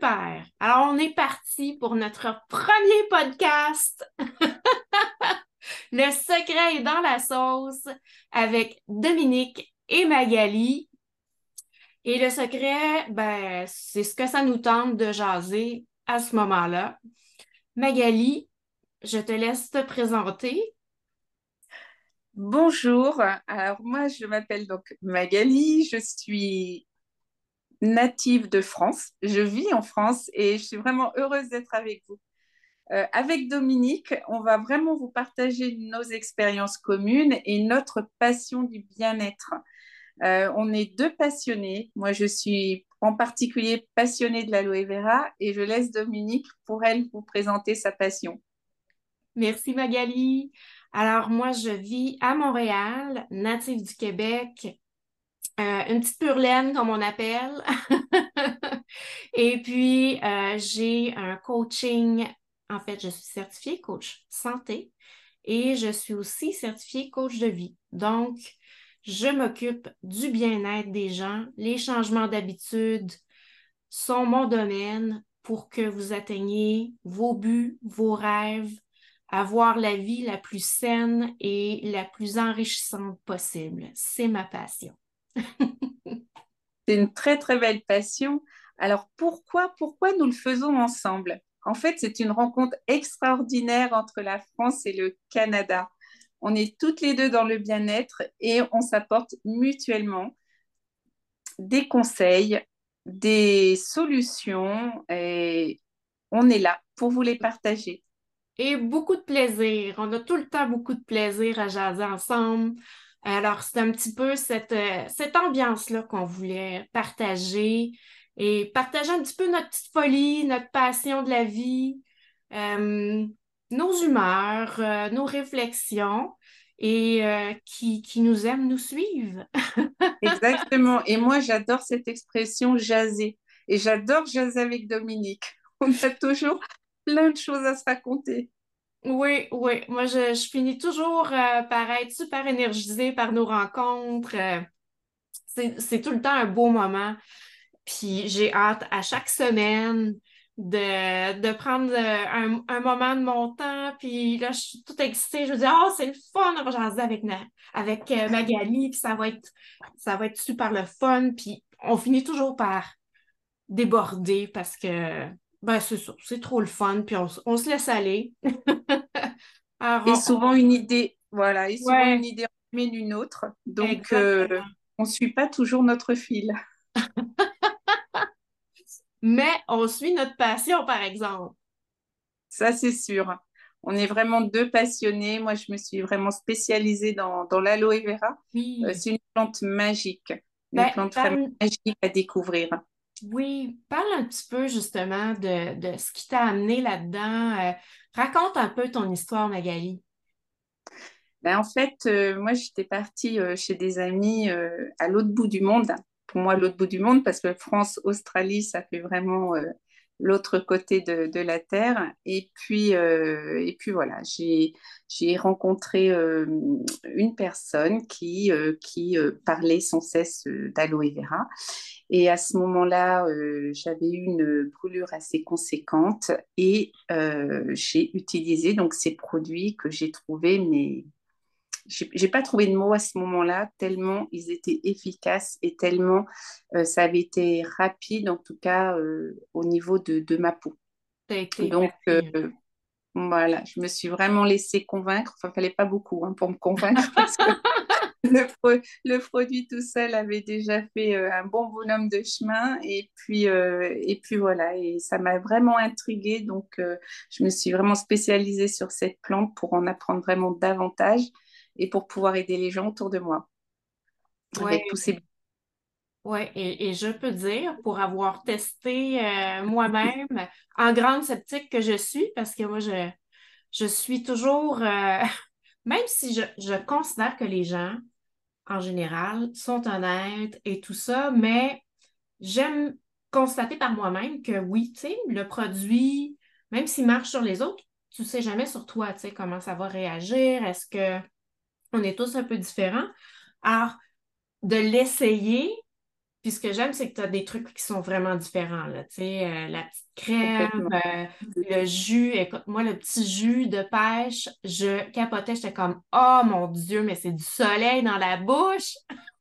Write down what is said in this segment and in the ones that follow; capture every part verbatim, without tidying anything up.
super. Alors, on est parti pour notre premier podcast. Le secret est dans la sauce avec Dominique et Magali. Et le secret, ben, c'est ce que ça nous tente de jaser à ce moment-là. Magali, je te laisse te présenter. Bonjour, alors moi je m'appelle donc Magali, je suis native de France, je vis en France et je suis vraiment heureuse d'être avec vous. Euh, avec Dominique, on va vraiment vous partager nos expériences communes et notre passion du bien-être. Euh, on est deux passionnés, moi je suis en particulier passionnée de l'aloe vera et je laisse Dominique pour elle vous présenter sa passion. Merci Magali. Alors, moi, je vis à Montréal, native du Québec. Euh, une petite pure laine, comme on appelle. Et puis, euh, j'ai un coaching. En fait, je suis certifiée coach santé et je suis aussi certifiée coach de vie. Donc, je m'occupe du bien-être des gens. Les changements d'habitude sont mon domaine pour que vous atteigniez vos buts, vos rêves, avoir la vie la plus saine et la plus enrichissante possible. C'est ma passion. C'est une très très belle passion. Alors pourquoi, pourquoi nous le faisons ensemble? En fait, c'est une rencontre extraordinaire entre la France et le Canada. On est toutes les deux dans le bien-être et on s'apporte mutuellement des conseils, des solutions et on est là pour vous les partager. Et beaucoup de plaisir. On a tout le temps beaucoup de plaisir à jaser ensemble. Alors, c'est un petit peu cette, euh, cette ambiance-là qu'on voulait partager et partager un petit peu notre petite folie, notre passion de la vie, euh, nos humeurs, euh, nos réflexions et euh, qui, qui nous aiment nous suivent. Exactement. Et moi, j'adore cette expression jaser. Et j'adore jaser avec Dominique. On a toujours plein de choses à se raconter. Oui, oui. Moi, je, je finis toujours euh, par être super énergisée par nos rencontres. Euh, c'est, c'est tout le temps un beau moment. Puis j'ai hâte à chaque semaine de, de prendre euh, un, un moment de mon temps. Puis là, je suis toute excitée. Je me dis, oh, c'est le fun, on va jaser avec, na- avec euh, Magali. Puis ça va être, ça va être super le fun. Puis on finit toujours par déborder parce que, ben, c'est ça, c'est trop le fun. Puis on, s- on se laisse aller. Et Alors, souvent une idée, voilà, et on- souvent une ouais, idée en mène une autre. Donc, euh, exactement. on ne suit pas toujours notre fil. Mais on suit notre passion, par exemple. Ça, c'est sûr. On est vraiment deux passionnés. Moi, je me suis vraiment spécialisée dans, dans l'aloe vera. Euh, Oui. c'est une plante magique, une Ben, plante vraiment parle, magique à découvrir. oui, parle un petit peu justement de, de ce qui t'a amené là-dedans. Euh, raconte un peu ton histoire, Magali. Ben, en fait, euh, moi, j'étais partie euh, chez des amis euh, à l'autre bout du monde. Pour moi, l'autre bout du monde, parce que France, Australie, ça fait vraiment euh, l'autre côté de, de la Terre. Et puis, euh, et puis voilà, j'ai, j'ai rencontré euh, une personne qui, euh, qui euh, parlait sans cesse euh, d'aloe vera. Et à ce moment-là, euh, j'avais eu une brûlure assez conséquente et euh, j'ai utilisé donc ces produits que j'ai trouvés, mais j'ai j'ai pas trouvé de mots à ce moment-là, tellement ils étaient efficaces et tellement euh, ça avait été rapide, en tout cas euh, au niveau de, de ma peau. T'as été Donc euh, fascinante. voilà, je me suis vraiment laissée convaincre. Enfin, il fallait pas beaucoup hein, pour me convaincre parce que le, pro- le produit tout seul avait déjà fait euh, un bon bonhomme de chemin. Et puis, euh, et puis voilà, et ça m'a vraiment intriguée. Donc, euh, je me suis vraiment spécialisée sur cette plante pour en apprendre vraiment davantage et pour pouvoir aider les gens autour de moi avec tous Ouais, ces... ouais. Et, et je peux dire, pour avoir testé euh, moi-même, en grande sceptique que je suis, parce que moi, je, je suis toujours, euh, même si je, je considère que les gens, en général, sont honnêtes et tout ça, mais j'aime constater par moi-même que oui, tu sais, le produit, même s'il marche sur les autres, tu sais jamais sur toi, tu sais, comment ça va réagir. Est-ce que on est tous un peu différents? Alors, de l'essayer, Puis ce que j'aime, c'est que tu as des trucs qui sont vraiment différents, là. Tu sais, euh, la petite crème, complètement. euh, le jus. Écoute, moi, le petit jus de pêche, je capotais. J'étais comme, oh mon Dieu, mais c'est du soleil dans la bouche.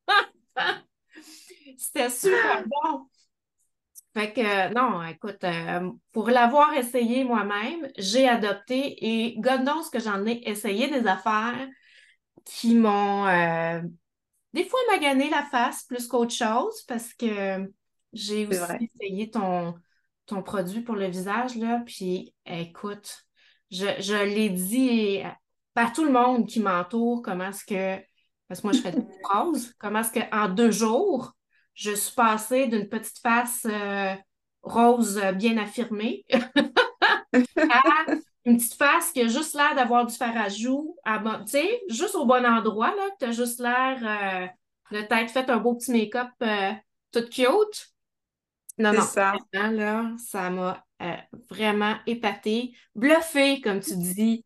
C'était super bon. Fait que, non, écoute, euh, pour l'avoir essayé moi-même, j'ai adopté et God knows que j'en ai essayé des affaires qui m'ont euh, des fois magané la face plus qu'autre chose parce que j'ai C'est aussi vrai. essayé ton, ton produit pour le visage, là, puis écoute, je, je l'ai dit à tout le monde qui m'entoure, comment est-ce que, parce que moi je fais des roses, comment est-ce qu'en deux jours, je suis passée d'une petite face euh, rose euh, bien affirmée à une petite face qui a juste l'air d'avoir du fard à joues, à bon- tu sais, juste au bon endroit, là, que t'as juste l'air euh, de t'être fait un beau petit make-up euh, tout cute. Non, C'est non, ça. vraiment, là, ça m'a euh, vraiment épatée. Bluffée, comme tu dis.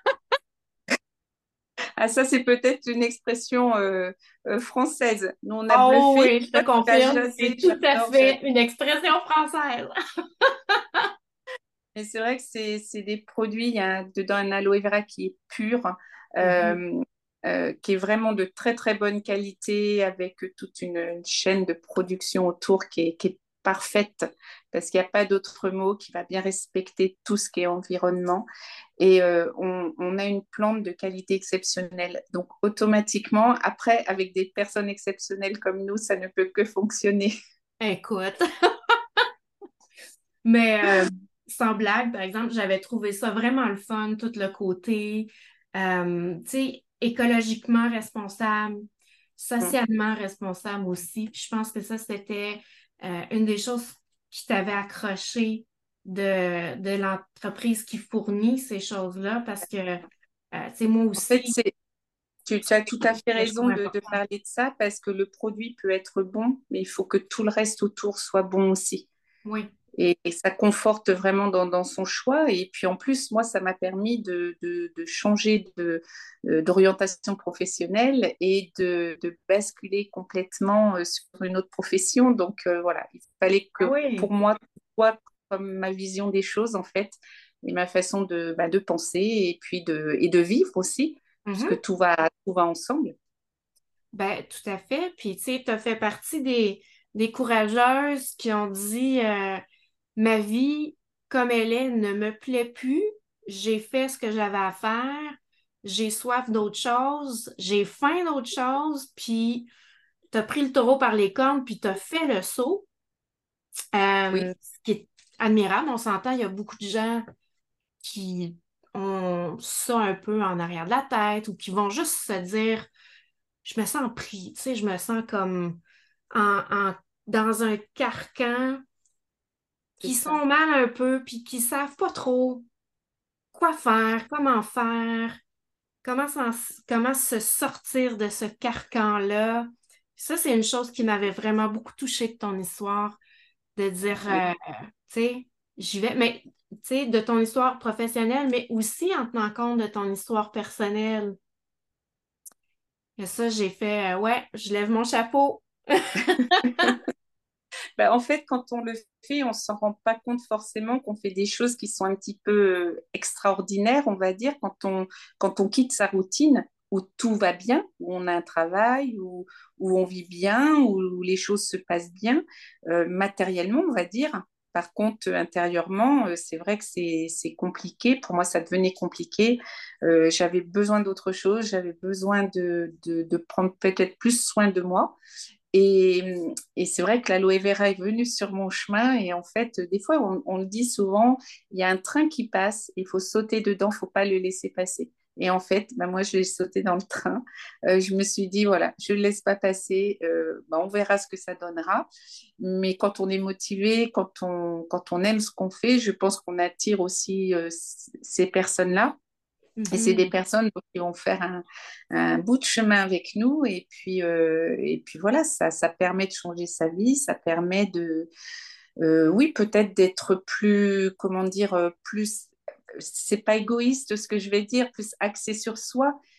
Ah, ça, c'est peut-être une expression euh, euh, française. Nous, on a Oh bluffé. oui, je Toi, te tu as confirme, jasé. c'est tout à J'adore jaser. fait une expression française. Mais c'est vrai que c'est c'est des produits, il y a dedans un aloe vera qui est pur, Mhm. euh, euh, qui est vraiment de très très bonne qualité, avec toute une, une chaîne de production autour qui est, qui est parfaite, parce qu'il n'y a pas d'autre mot, qui va bien respecter tout ce qui est environnement. Et euh, on, on a une plante de qualité exceptionnelle. Donc automatiquement, après, avec des personnes exceptionnelles comme nous, ça ne peut que fonctionner. Écoute, mais euh, sans blague, par exemple, j'avais trouvé ça vraiment le fun, tout le côté, euh, tu sais, écologiquement responsable, socialement responsable aussi. Puis je pense que ça, c'était euh, une des choses qui t'avait accroché de, de l'entreprise qui fournit ces choses-là, parce que, euh, tu sais, moi En fait, aussi, c'est Tu, tu as tout à fait c'est des choses raison de, de importantes. parler de ça parce que le produit peut être bon, mais il faut que tout le reste autour soit bon aussi. Oui. Et, et ça conforte vraiment dans, dans son choix. Et puis en plus, moi, ça m'a permis de, de, de changer de, euh, d'orientation professionnelle et de, de basculer complètement euh, sur une autre profession. Donc euh, voilà, il fallait Ah que pour oui. moi, tout soit comme ma vision des choses en fait, et ma façon de, bah, de penser et puis de, et de vivre aussi, Mhm. puisque tout va, tout va ensemble. Ben, tout à fait. Puis, tu sais, tu as fait partie des, des courageuses qui ont dit euh, ma vie comme elle est ne me plaît plus. J'ai fait ce que j'avais à faire. J'ai soif d'autre chose. J'ai faim d'autre chose. Puis, tu as pris le taureau par les cornes, puis tu as fait le saut. Oui, Euh, ce qui est admirable. On s'entend, il y a beaucoup de gens qui ont ça un peu en arrière de la tête ou qui vont juste se dire je me sens pris, tu sais, je me sens comme en, en- dans un carcan c'est qui ça. sont mal un peu, puis qui savent pas trop quoi faire, comment faire, comment, s'en- comment se sortir de ce carcan-là. Ça, c'est une chose qui m'avait vraiment beaucoup touchée de ton histoire, de dire, Oui. euh, tu sais, j'y vais, mais tu sais, de ton histoire professionnelle, mais aussi en tenant compte de ton histoire personnelle. Et ça, j'ai fait, euh, ouais, je lève mon chapeau. Ben, en fait, quand on le fait, on ne s'en rend pas compte forcément qu'on fait des choses qui sont un petit peu euh, extraordinaires, on va dire, quand on, quand on quitte sa routine où tout va bien, où on a un travail, où, où on vit bien, où, où les choses se passent bien, euh, matériellement, on va dire. Par contre, euh, intérieurement, euh, c'est vrai que c'est, c'est compliqué. Pour moi, ça devenait compliqué. Euh, j'avais besoin d'autre chose. J'avais besoin de, de, de prendre peut-être plus soin de moi. Et, et c'est vrai que l'aloe vera est venue sur mon chemin. Et en fait, des fois, on, on le dit souvent, il y a un train qui passe, il faut sauter dedans, il ne faut pas le laisser passer. Et en fait, bah, moi, je l'ai sauté dans le train. Euh, je me suis dit, voilà, je ne le laisse pas passer. Euh, bah, on verra ce que ça donnera. Mais quand on est motivé, quand on, quand on aime ce qu'on fait, je pense qu'on attire aussi euh, c- ces personnes-là. Et c'est des Mhm. personnes qui vont faire un, un bout de chemin avec nous. Et puis, euh, et puis voilà, ça, ça permet de changer sa vie. Ça permet de, euh, oui, peut-être d'être plus, comment dire, euh, plus, c'est pas égoïste ce que je vais dire, plus axé sur soi,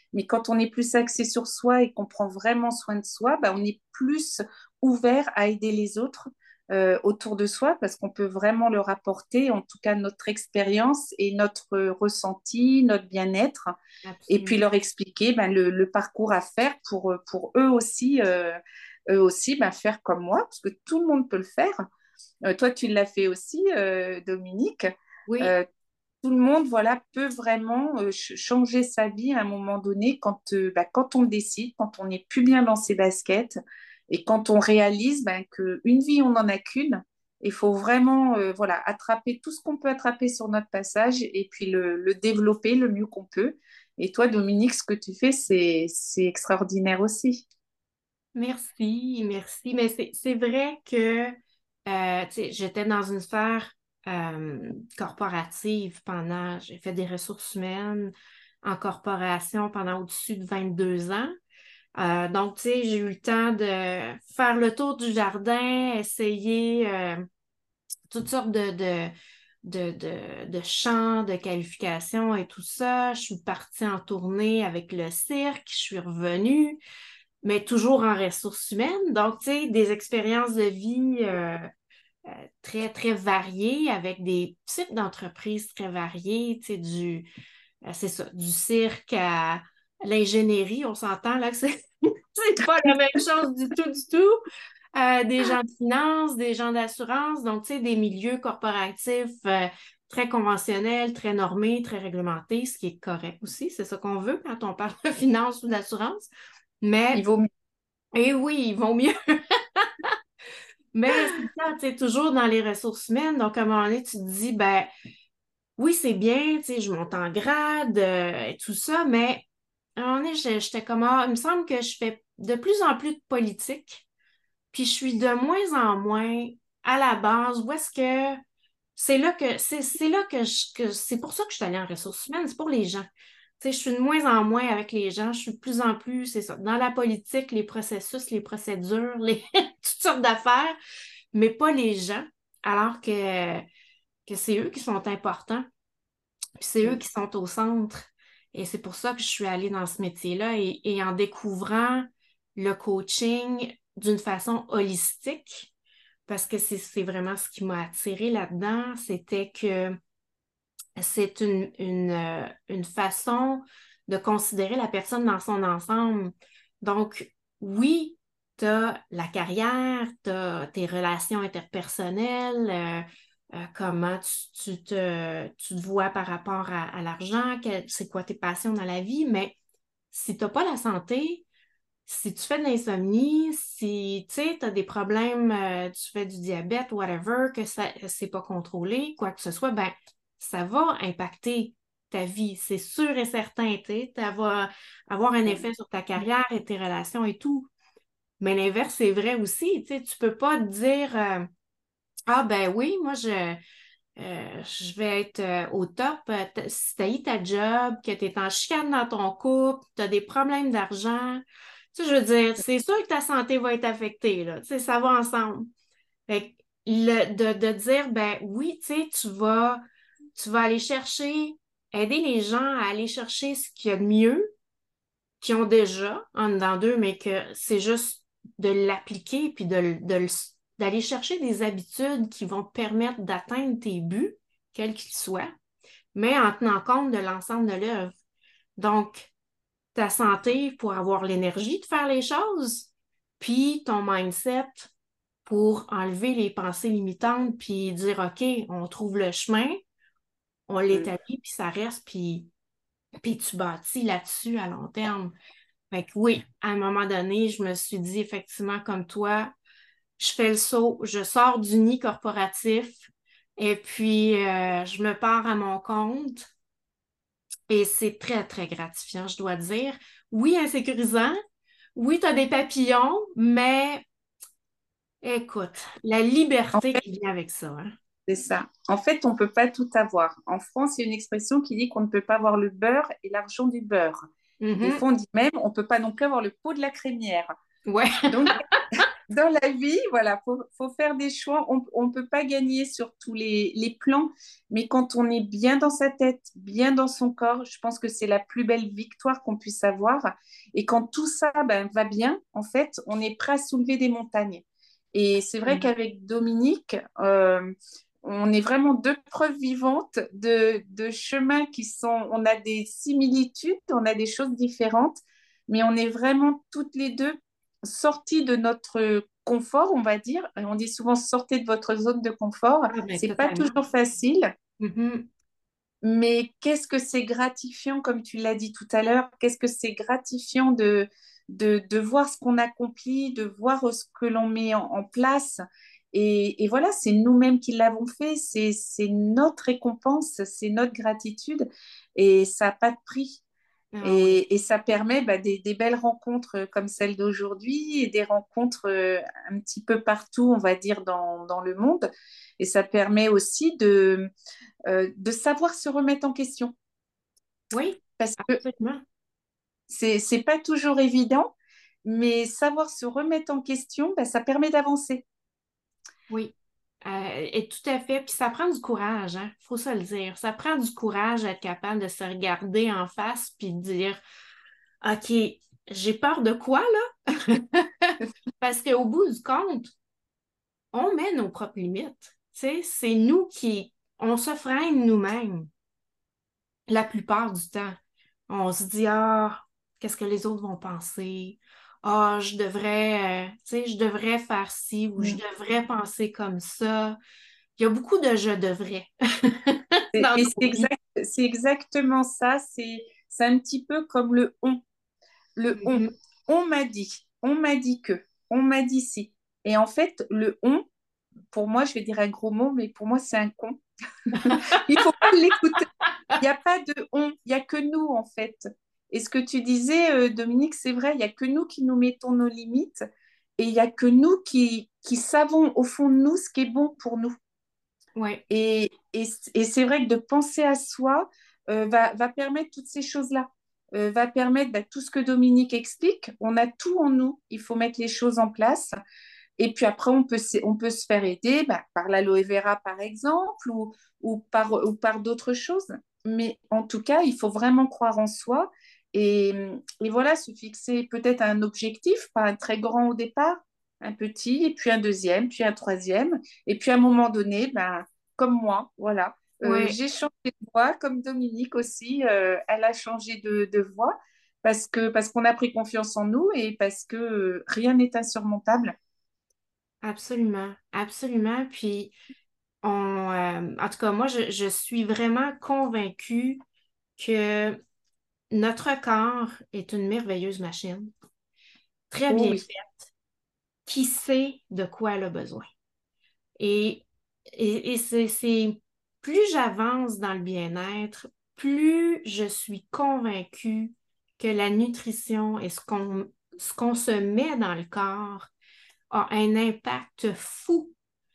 Mais quand on est plus axé sur soi et qu'on prend vraiment soin de soi, bah, on est plus ouvert à aider les autres euh, autour de soi parce qu'on peut vraiment leur apporter, en tout cas, notre expérience et notre euh, ressenti, notre bien-être, et puis Absolument. leur expliquer ben, le, le parcours à faire pour, euh, pour eux aussi, euh, eux aussi ben, faire comme moi, parce que tout le monde peut le faire. Euh, toi, tu l'as fait aussi, euh, Dominique. Oui. Euh, Tout le monde, voilà, peut vraiment euh, ch- changer sa vie à un moment donné quand, euh, bah, quand on décide, quand on n'est plus bien dans ses baskets et quand on réalise ben, qu'une vie, on n'en a qu'une. Il faut vraiment euh, voilà, attraper tout ce qu'on peut attraper sur notre passage et puis le, le développer le mieux qu'on peut. Et toi, Dominique, ce que tu fais, c'est, c'est extraordinaire aussi. Merci, merci. Mais c'est c'est vrai que euh, tu sais, j'étais dans une sphère euh, corporative pendant, j'ai fait des ressources humaines en corporation pendant au-dessus de vingt-deux ans. Euh, donc, tu sais, j'ai eu le temps de faire le tour du jardin, essayer euh, toutes sortes de, de, de, de, de chants, de qualifications et tout ça. Je suis partie en tournée avec le cirque, je suis revenue, mais toujours en ressources humaines. Donc, tu sais, des expériences de vie euh, euh, très, très variées avec des types d'entreprises très variés, tu sais, du, euh, c'est ça, du cirque à l'ingénierie. On s'entend là que c'est c'est pas la même chose du tout, du tout. Euh, des gens de finance, des gens d'assurance, donc tu sais, des milieux corporatifs euh, très conventionnels, très normés, très réglementés, ce qui est correct aussi. C'est ça qu'on veut quand on parle de finance ou d'assurance. Mais, Il vaut mieux. et oui, ils vont mieux. Mais c'est ça, tu sais, toujours dans les ressources humaines. Donc, à un moment donné, tu te dis, ben, oui, c'est bien, tu sais, je monte en grade euh, et tout ça, mais à un moment donné, je- j'étais comme, ah, il me semble que je fais de plus en plus de politique, puis je suis de moins en moins à la base, où est-ce que c'est là que c'est c'est là que je que c'est pour ça que je suis allée en ressources humaines, c'est pour les gens. Tu sais, je suis de moins en moins avec les gens, je suis de plus en plus, c'est ça, dans la politique, les processus, les procédures, les toutes sortes d'affaires, mais pas les gens, alors que, que c'est eux qui sont importants. Puis c'est eux Mm. qui sont au centre. Et c'est pour ça que je suis allée dans ce métier-là et, et en découvrant le coaching d'une façon holistique, parce que c'est c'est vraiment ce qui m'a attirée là-dedans, c'était que c'est une, une, euh, une façon de considérer la personne dans son ensemble. Donc, oui, tu as la carrière, tu as tes relations interpersonnelles, euh, euh, comment tu, tu te, tu te vois par rapport à, à l'argent, quel- c'est quoi tes passions dans la vie, mais si tu n'as pas la santé, si tu fais de l'insomnie, si tu sais, as des problèmes, euh, tu fais du diabète, whatever, que ça c'est pas contrôlé, quoi que ce soit, ben ça va impacter ta vie, c'est sûr et certain, tu sais, ça va avoir un effet sur ta carrière et tes relations et tout. Mais l'inverse, c'est vrai aussi, tu sais, tu peux pas te dire euh, ah ben oui, moi je euh, je vais être euh, au top. Euh, t- Si tu eu ta job, que tu es en chicane dans ton couple, tu as des problèmes d'argent, tu sais, je veux dire, c'est sûr que ta santé va être affectée, là. Tu sais, ça va ensemble. Fait que le- de, de dire, ben oui, tu sais, tu vas, tu vas aller chercher, aider les gens à aller chercher ce qu'il y a de mieux qu'ils ont déjà en dedans d'eux, mais que c'est juste de l'appliquer puis de, le- de le- d'aller chercher des habitudes qui vont te permettre d'atteindre tes buts, quels qu'ils soient, mais en tenant compte de l'ensemble de l'œuvre. Donc, ta santé pour avoir l'énergie de faire les choses, puis ton mindset pour enlever les pensées limitantes, puis dire, OK, on trouve le chemin, on Mm. l'établit, puis ça reste, puis, puis tu bâtis là-dessus à long terme. Fait que oui, à un moment donné, je me suis dit effectivement comme toi, je fais le saut, je sors du nid corporatif et puis euh, je me pars à mon compte et c'est très, très gratifiant, je dois dire. Oui, insécurisant, oui, tu as des papillons, mais écoute, la En liberté fait, qui vient avec ça, hein. c'est ça. En fait, on ne peut pas tout avoir. En France, il y a une expression qui dit qu'on ne peut pas avoir le beurre et l'argent du beurre. Des Mhm. fois, on dit même on ne peut pas non plus avoir le pot de la crémière. Ouais. Donc, dans la vie, voilà, faut, faut faire des choix. On ne peut pas gagner sur tous les, les plans, mais quand on est bien dans sa tête, bien dans son corps, je pense que c'est la plus belle victoire qu'on puisse avoir. Et quand tout ça ben, va bien, en fait, on est prêt à soulever des montagnes. Et c'est vrai Mm. qu'avec Dominique, euh, on est vraiment deux preuves vivantes de, de chemins qui sont, on a des similitudes, on a des choses différentes, mais on est vraiment toutes les deux sorties de notre confort, on va dire. On dit souvent sortez de votre zone de confort. Ah, ben, C'est pas totalement. toujours facile, Mhm. mais qu'est-ce que c'est gratifiant, comme tu l'as dit tout à l'heure, qu'est-ce que c'est gratifiant de, de, de voir ce qu'on accomplit, de voir ce que l'on met en, en place. Et, et voilà, c'est nous-mêmes qui l'avons fait, c'est, c'est notre récompense, c'est notre gratitude, et ça n'a pas de prix. Ah oui. Et, et ça permet bah, des, des belles rencontres comme celle d'aujourd'hui et des rencontres euh, un petit peu partout, on va dire, dans, dans le monde. Et ça permet aussi de, euh, de savoir se remettre en question. Oui, Parce que absolument. c'est, c'est pas toujours évident, mais savoir se remettre en question, bah, ça permet d'avancer. Oui. Euh, et tout à fait. Puis ça prend du courage, hein. Faut se le dire. Ça prend du courage d'être capable de se regarder en face puis de dire, OK, j'ai peur de quoi, là? Parce qu'au bout du compte, on met nos propres limites. Tu sais, c'est nous qui, on se freine nous-mêmes la plupart du temps. On se dit, ah, qu'est-ce que les autres vont penser? Ah, je devrais, euh, tu sais, je devrais faire ci ou je Mm. devrais penser comme ça. Il y a beaucoup de je devrais Et dans et nos c'est vies. exact, c'est exactement ça. C'est, c'est un petit peu comme le on. Le on. Mhm. On m'a dit, on m'a dit que, on m'a dit si. Et en fait, le on, pour moi, je vais dire un gros mot, mais pour moi, c'est un con. Il faut pas l'écouter. Il n'y a pas de on, il n'y a que nous, en fait. Et ce que tu disais, euh, Dominique, c'est vrai, il n'y a que nous qui nous mettons nos limites et il n'y a que nous qui, qui savons au fond de nous ce qui est bon pour nous. Oui, Et, et, et c'est vrai que de penser à soi euh, va, va permettre toutes ces choses-là, euh, va permettre bah, tout ce que Dominique explique. On a tout en nous, il faut mettre les choses en place. Et puis après, on peut, se- on peut se faire aider bah, par l'aloe vera, par exemple, ou, ou par, ou par d'autres choses. Mais en tout cas, il faut vraiment croire en soi. Et, et voilà, se fixer peut-être un objectif, pas un très grand au départ, un petit, et puis un deuxième, puis un troisième. Et puis à un moment donné, ben, comme moi, voilà. Euh, oui, j'ai changé de voix, comme Dominique aussi, euh, elle a changé de, de voix parce que, parce qu'on a pris confiance en nous et parce que euh, rien n'est insurmontable. absolument, absolument. Puis, on, euh, en tout cas, moi, je, je suis vraiment convaincue que notre corps est une merveilleuse machine, très Oh bien oui. faite, qui sait de quoi elle a besoin. Et, et, et c'est, c'est- plus j'avance dans le bien-être, plus je suis convaincue que la nutrition et ce qu'on ce qu'on se met dans le corps a un impact fou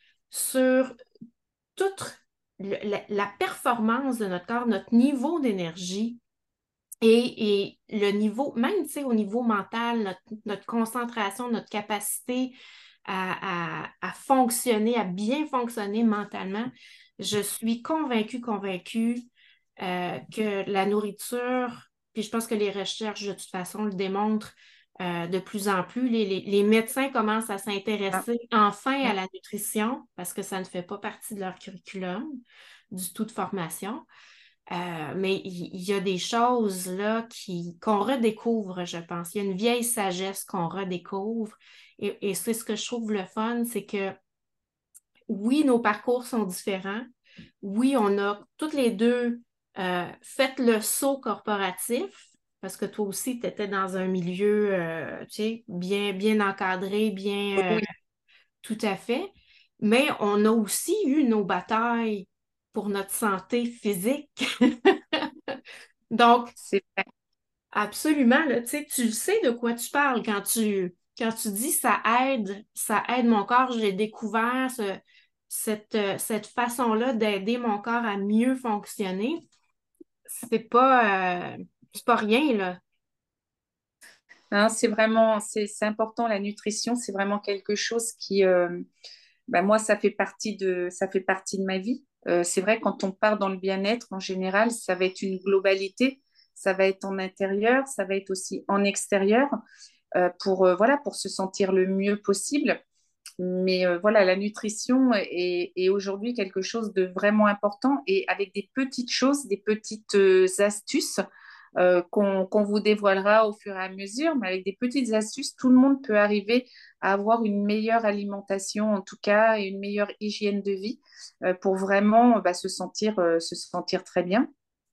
sur toute le- la, la performance de notre corps, notre niveau d'énergie et, et le niveau, même tu sais, au niveau mental, notre, notre concentration, notre capacité à, à, à fonctionner, à bien fonctionner mentalement. Je suis convaincue, convaincue euh, que la nourriture, puis je pense que les recherches de toute façon le démontrent euh, de plus en plus. Les, les- les médecins commencent à Ah, s'intéresser enfin à mm. la nutrition parce que ça ne fait pas partie de leur curriculum du tout de formation. Euh, mais il il y, a des choses là qui, qu'on redécouvre, je pense. Il y a une vieille sagesse qu'on redécouvre. Et, et c'est ce que je trouve le fun, c'est que oui, nos parcours sont différents. Oui, on a toutes les deux euh, fait le saut corporatif, parce que toi aussi, tu étais dans un milieu euh, tu sais, bien, bien encadré, bien euh, Oui, tout à fait. Mais on a aussi eu nos batailles pour notre santé physique. Donc, c'est vrai. absolument, là, tu sais, tu sais de quoi tu parles quand tu, quand tu dis ça aide, ça aide mon corps. J'ai découvert ce- cette, euh, cette façon-là d'aider mon corps à mieux fonctionner. C'est pas, euh, c'est pas rien, là. Hein, c'est vraiment, c'est, c'est important, la nutrition, c'est vraiment quelque chose qui, euh, ben moi, ça fait partie de, ça fait partie de ma vie. Euh, c'est vrai, quand on part dans le bien-être, en général, ça va être une globalité. Ça va être en intérieur, ça va être aussi en extérieur, euh, pour, euh, voilà, pour se sentir le mieux possible. Mais euh, voilà, la nutrition est, est aujourd'hui quelque chose de vraiment important et avec des petites choses, des petites euh, astuces euh, qu'on qu'on vous dévoilera au fur et à mesure, mais avec des petites astuces, tout le monde peut arriver à avoir une meilleure alimentation en tout cas et une meilleure hygiène de vie euh, pour vraiment bah, se sentir, euh, se sentir très bien.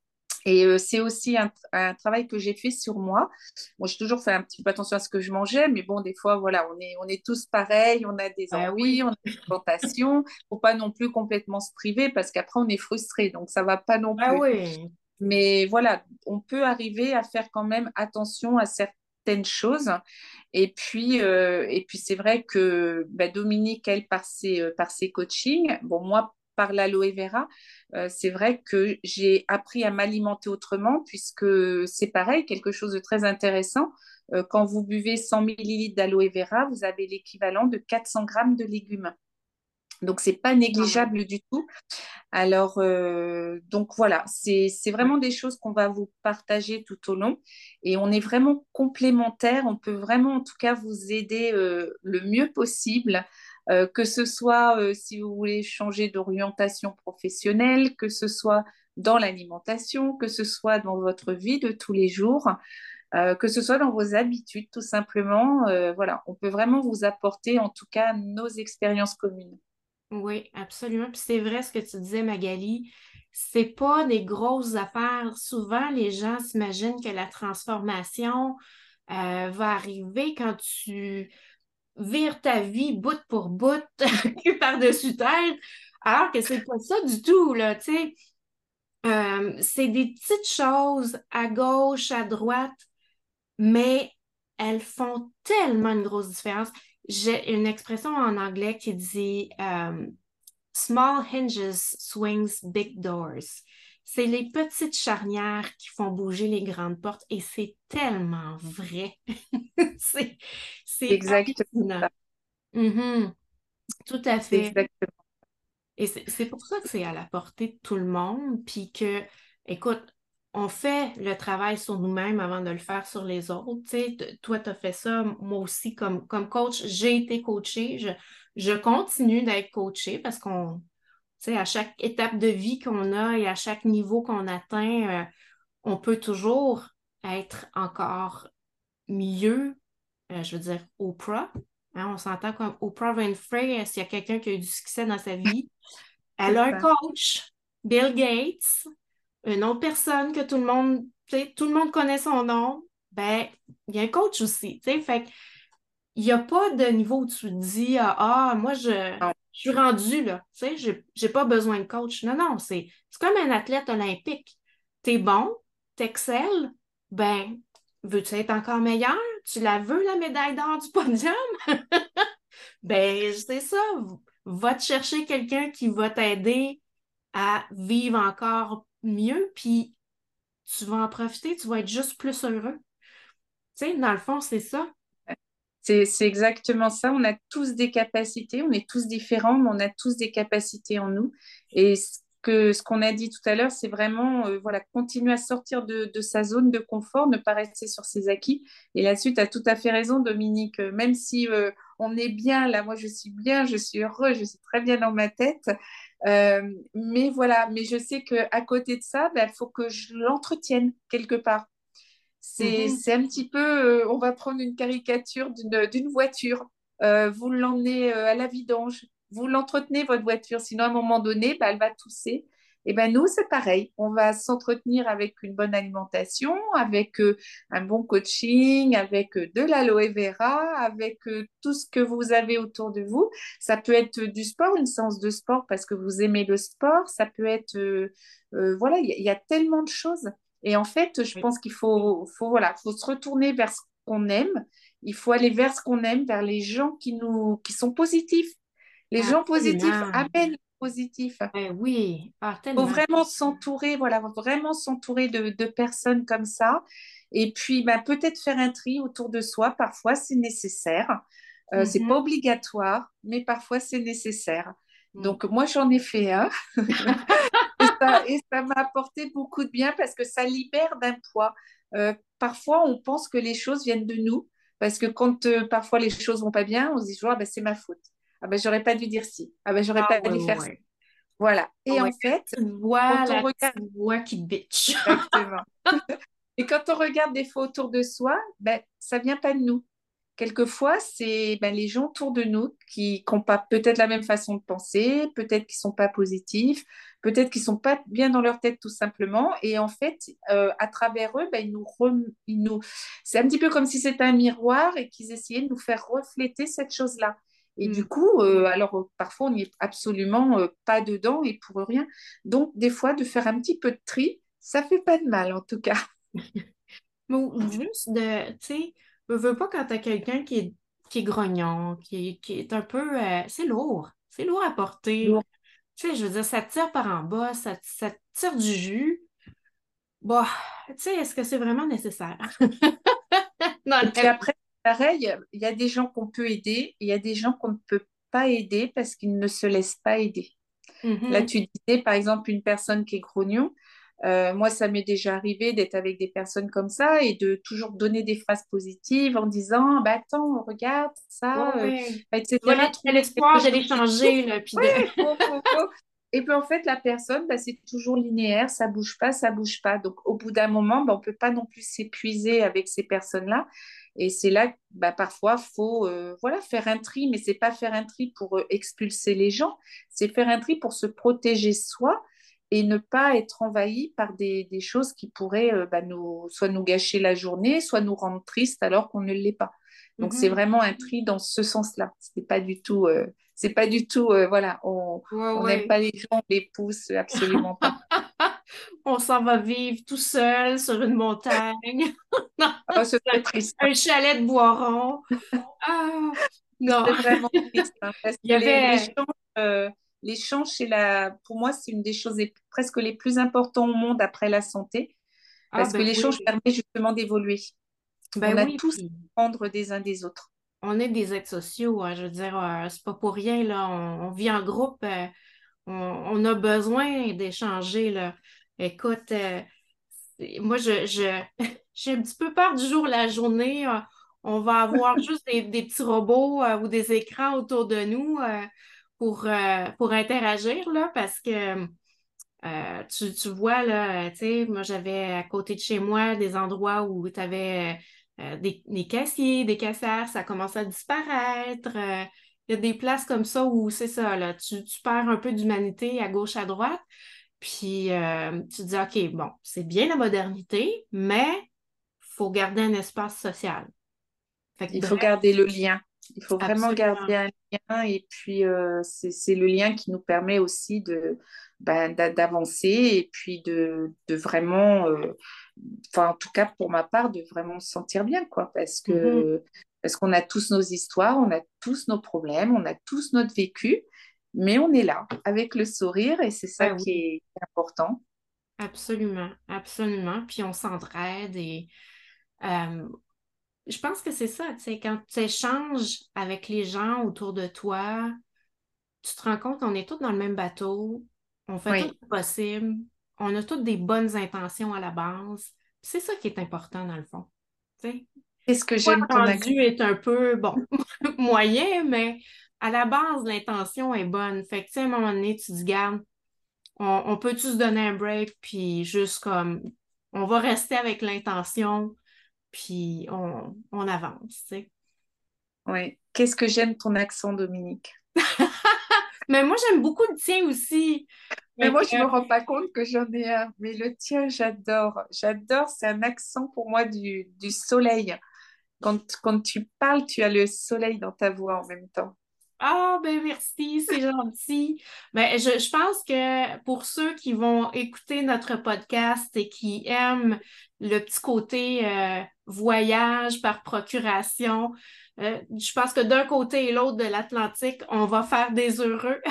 Et euh, c'est aussi un, un travail que j'ai fait sur moi. Moi, j'ai toujours fait un petit peu attention à ce que je mangeais, mais bon, des fois, voilà, on est, on est tous pareils, on a des Ben envies, oui. on a des tentations. Faut pas non plus complètement se priver parce qu'après, on est frustré, donc ça va pas non Ben plus. oui. Mais voilà, on peut arriver à faire quand même attention à certaines choses. Et puis, euh, et puis c'est vrai que bah, Dominique, elle, par ses, euh, par ses coachings, bon, moi, par l'aloe vera, euh, c'est vrai que j'ai appris à m'alimenter autrement, puisque c'est pareil, quelque chose de très intéressant. Euh, quand vous buvez cent millilitres d'aloe vera, vous avez l'équivalent de quatre cents grammes de légumes. Donc, c'est pas Quand même. négligeable du tout. Alors, euh, donc voilà, c'est, c'est Ouais. vraiment des choses qu'on va vous partager tout au long et on est vraiment complémentaires. On peut vraiment, en tout cas, vous aider euh, le mieux possible, euh, que ce soit euh, si vous voulez changer d'orientation professionnelle, que ce soit dans l'alimentation, que ce soit dans votre vie de tous les jours, euh, que ce soit dans vos habitudes, tout simplement. Euh, voilà, on peut vraiment vous apporter, en tout cas, nos expériences communes. Oui, absolument. Puis c'est vrai ce que tu disais, Magali. C'est pas des grosses affaires. Souvent, les gens s'imaginent que la transformation euh, va arriver quand tu vires ta vie bout pour bout, cul par-dessus tête, alors que c'est pas ça du tout, là, tu sais. Euh, c'est des petites choses à gauche, à droite, mais elles font tellement une grosse différence. J'ai une expression en anglais qui dit euh, Small hinges swings big doors. C'est les petites charnières qui font bouger les grandes portes et c'est tellement vrai. c'est, c'est Exactement hallucinant. ça. Mhm, tout à C'est fait. exactement. Et c'est c'est pour ça que c'est à la portée de tout le monde, puis que, écoute, on fait le travail sur nous-mêmes avant de le faire sur les autres. Tu sais, t- toi, tu as fait ça, moi aussi, comme, comme coach, j'ai été coachée. Je, je continue d'être coachée parce qu'on, tu sais, à chaque étape de vie qu'on a et à chaque niveau qu'on atteint, euh, on peut toujours être encore mieux. Euh, je veux dire, Oprah. Hein, on s'entend comme Oprah Winfrey, euh, s'il y a quelqu'un qui a eu du succès dans sa vie, elle C'est a un ça. coach, Bill Gates, une autre personne que tout le monde, tu sais, tout le monde connaît son nom. Ben, il y a un coach aussi, tu sais, fait que il n'y a pas de niveau où tu te dis, ah, ah, moi, je, Non, je suis rendu là, tu sais, j'ai j'ai pas besoin de coach. Non, non, c'est c'est comme un athlète olympique. T'es bon, t'excelles, ben, veux-tu être encore meilleur? Tu la veux, la médaille d'or du podium? Ben, c'est ça. Va te chercher quelqu'un qui va t'aider à vivre encore mieux, puis tu vas en profiter, tu vas être juste plus heureux. Tu sais, dans le fond, c'est ça. c'est c'est exactement ça. On a tous des capacités, on est tous différents, mais on a tous des capacités en nous. Et ce que ce qu'on a dit tout à l'heure, c'est vraiment euh, voilà, continuer à sortir de, de sa zone de confort, ne pas rester sur ses acquis. Et là-dessus, tu as tout à fait raison, Dominique. Euh, Même si euh, on est bien, là, moi je suis bien, je suis heureux, je suis très bien dans ma tête. Euh, mais voilà, mais je sais qu'à côté de ça, il faut que je l'entretienne quelque part. C'est, Mhm. c'est un petit peu, euh, on va prendre une caricature d'une, d'une voiture. Euh, vous l'emmenez euh, à la vidange, vous l'entretenez, votre voiture, sinon à un moment donné, bah, elle va tousser. Et ben nous, c'est pareil. On va s'entretenir avec une bonne alimentation, avec euh, un bon coaching, avec euh, de l'aloe vera, avec euh, tout ce que vous avez autour de vous. Ça peut être du sport, une séance de sport parce que vous aimez le sport. Ça peut être, euh, euh, voilà, il y, a il y a tellement de choses. Et en fait, je Oui, pense qu'il faut, faut, voilà, faut se retourner vers ce qu'on aime. Il faut aller vers ce qu'on aime, vers les gens qui nous, qui sont positifs. Les gens positifs absolument. amènent le positif. Ben oui, ah, Il faut tellement. vraiment s'entourer, voilà, vraiment s'entourer de, de personnes comme ça. Et puis, bah, peut-être faire un tri autour de soi, parfois c'est nécessaire. Euh, c'est pas Mhm. obligatoire, mais parfois c'est nécessaire. Mm. Donc, moi, j'en ai fait un. Et ça, et ça m'a apporté beaucoup de bien parce que ça libère d'un poids. Euh, parfois, on pense que les choses viennent de nous parce que quand euh, parfois les choses vont pas bien, on se dit toujours, ah ben, c'est ma faute. Ah ben, j'aurais pas dû dire ci. Ah ben, j'aurais Ah pas ouais, dû ouais, faire ça. ouais. Voilà. Ah Et ouais, en la fait, petite voix, quand on la regarde petite voix qui bitch. exactement. Et quand on regarde des fois autour de soi, ben, ça vient pas de nous. Quelquefois, c'est ben, les gens autour de nous qui n'ont pas peut-être la même façon de penser, peut-être qu'ils sont pas positifs, peut-être qu'ils sont pas bien dans leur tête tout simplement. Et en fait, euh, à travers eux, ben, ils nous, rem- ils nous... c'est un petit peu comme si c'était un miroir et qu'ils essayaient de nous faire refléter cette chose-là. Et du Mm. coup, euh, alors euh, parfois on n'y est absolument euh, pas dedans et pour rien. Donc des fois, de faire un petit peu de tri, ça fait pas de mal en tout cas. Mais ou- juste de, tu sais, veux, veux pas quand t'as quelqu'un qui est, qui est grognon, qui est, qui est un peu, euh, c'est lourd, c'est lourd à porter. Tu sais, je veux dire, ça te tire par en bas, ça, te- ça te tire du jus. Bah, tu sais, est-ce que c'est vraiment nécessaire? Dans Et la puis vie. après, pareil, il y a des gens qu'on peut aider et il y a des gens qu'on ne peut pas aider parce qu'ils ne se laissent pas aider. Là, Mhm. tu disais, par exemple, une personne qui est grognon. Euh, moi, ça m'est déjà arrivé d'être avec des personnes comme ça et de toujours donner des phrases positives en disant, bah, attends, regarde Ouais, ça, euh, ouais. Tu vas et cetera. laisser Trouver l'espoir quelque de chose qui touche. l'échanger, là, puis de... Ouais, faut, faut, faut. Et puis en fait, la personne, bah, c'est toujours linéaire, ça bouge pas, ça bouge pas. Donc au bout d'un moment, bah, on peut pas non plus s'épuiser avec ces personnes-là. Et c'est là que bah, parfois, faut euh, voilà, faire un tri, mais c'est pas faire un tri pour euh, expulser les gens, c'est faire un tri pour se protéger soi et ne pas être envahi par des, des choses qui pourraient euh, bah, nous, soit nous gâcher la journée, soit nous rendre tristes alors qu'on ne l'est pas. Donc c'est Mhm. vraiment un tri dans ce sens-là. C'est pas du tout, euh, c'est pas du tout, euh, voilà, on Ouais, on n'aime ouais. pas les gens, on les pousse absolument pas. On s'en va vivre tout seul sur une montagne. Non, Ah, ce serait triste, hein. un chalet de Boiron. Ah, Ce non. serait vraiment triste, hein, parce Il y que les, les avait... champs, euh, les champs chez la, pour moi, c'est une des choses les- presque les plus importantes au monde après la santé, Ah, parce que ben l'échange oui. permet justement d'évoluer. Ben On a oui, tous puis à apprendre des uns des autres. on est des êtres sociaux, hein. Je veux dire, euh, c'est pas pour rien, là. On, on vit en groupe. euh, on, on a besoin d'échanger, là. Écoute, euh, moi, je, je, j'ai un petit peu peur du jour, la journée. euh, on va avoir juste des, des petits robots euh, ou des écrans autour de nous euh, pour, euh, pour interagir, là, parce que euh, tu, tu vois, là, euh, tu sais, moi, j'avais à côté de chez moi des endroits où tu avais des, des caissiers, des caissières, ça commence à disparaître. euh, Il y a des places comme ça où c'est ça, là, tu, tu perds un peu d'humanité à gauche, à droite. Puis euh, tu te dis, OK, bon, c'est bien la modernité, mais faut garder un espace social. Fait que Il faut bref, garder le lien. Il faut vraiment garder absolument. un lien et puis euh, c'est c'est le lien qui nous permet aussi de ben, d'a- d'avancer et puis de, de vraiment, euh, enfin en tout cas pour ma part, de vraiment se sentir bien quoi, parce Mhm. que parce qu'on a tous nos histoires, on a tous nos problèmes, on a tous notre vécu, mais on est là avec le sourire et c'est ça Ben qui oui, est important. absolument, absolument. Puis on s'entraide et euh, je pense que c'est ça, tu sais, quand tu échanges avec les gens autour de toi, tu te rends compte qu'on est tous dans le même bateau, on fait tout Oui. le possible, on a toutes des bonnes intentions à la base. C'est ça qui est important dans le fond. Tu sais. Qu'est-ce que Le j'aime ton accent? rendu est un peu, bon, moyen, mais à la base, l'intention est bonne. Fait que, tu sais, à un moment donné, tu te dis, garde, on, on peut-tu se donner un break, puis juste comme, on va rester avec l'intention, puis on, on avance, tu sais. Oui. Qu'est-ce que j'aime ton accent, Dominique? Mais moi, j'aime beaucoup le tien aussi. Mais Fait moi, que, je me rends pas compte que j'en ai un. Mais le tien, j'adore. J'adore. C'est un accent pour moi du, du soleil. Quand, quand tu parles, tu as le soleil dans ta voix en même temps. ah, ben merci, c'est gentil. Ben, je, je pense que pour ceux qui vont écouter notre podcast et qui aiment le petit côté euh, voyage par procuration, euh, je pense que d'un côté et l'autre de l'Atlantique, on va faire des heureux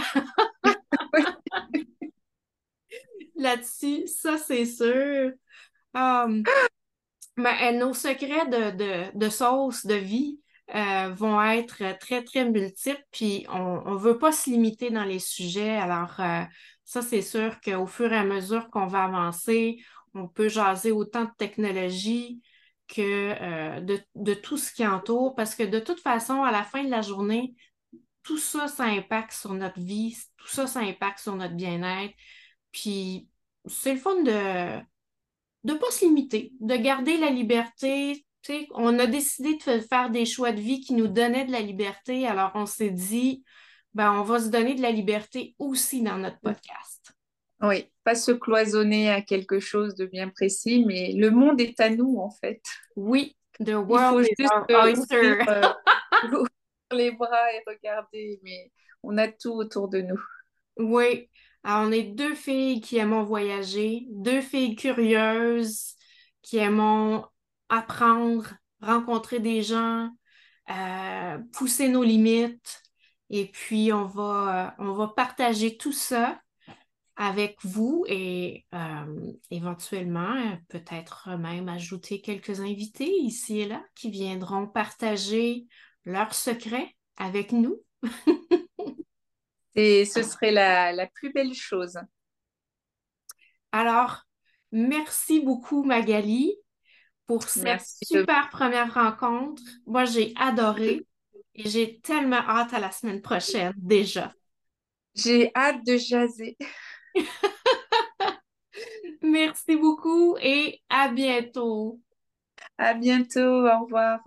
là-dessus, ça c'est sûr. Um, Ben, euh, nos secrets de, de, de sauce, de vie, euh, vont être très, très multiples, puis on ne veut pas se limiter dans les sujets. Alors, euh, ça, c'est sûr qu'au fur et à mesure qu'on va avancer, on peut jaser autant de technologie que euh, de, de tout ce qui entoure, parce que de toute façon, à la fin de la journée, tout ça, ça impacte sur notre vie, tout ça, ça impacte sur notre bien-être. Puis, c'est le fun de de pas se limiter, de garder la liberté. Tu sais, on a décidé de faire des choix de vie qui nous donnaient de la liberté, alors on s'est dit, ben, on va se donner de la liberté aussi dans notre podcast. Oui, pas se cloisonner à quelque chose de bien précis, mais le monde est à nous en fait. Oui, the Il world faut is juste our euh, ouvrir, oyster. euh, ouvrir les bras et regarder, mais on a tout autour de nous. Oui, alors on est deux filles qui aimons voyager, deux filles curieuses qui aimons apprendre, rencontrer des gens, euh, pousser nos limites. Et puis, on va, euh, on va partager tout ça avec vous et euh, éventuellement, euh, peut-être même ajouter quelques invités ici et là qui viendront partager leurs secrets avec nous. Et ce serait la, la plus belle chose. Alors, merci beaucoup, Magali, pour cette Merci de... super première rencontre. Moi, j'ai adoré et j'ai tellement hâte à la semaine prochaine déjà. J'ai hâte de jaser. Merci beaucoup et à bientôt. À bientôt, au revoir.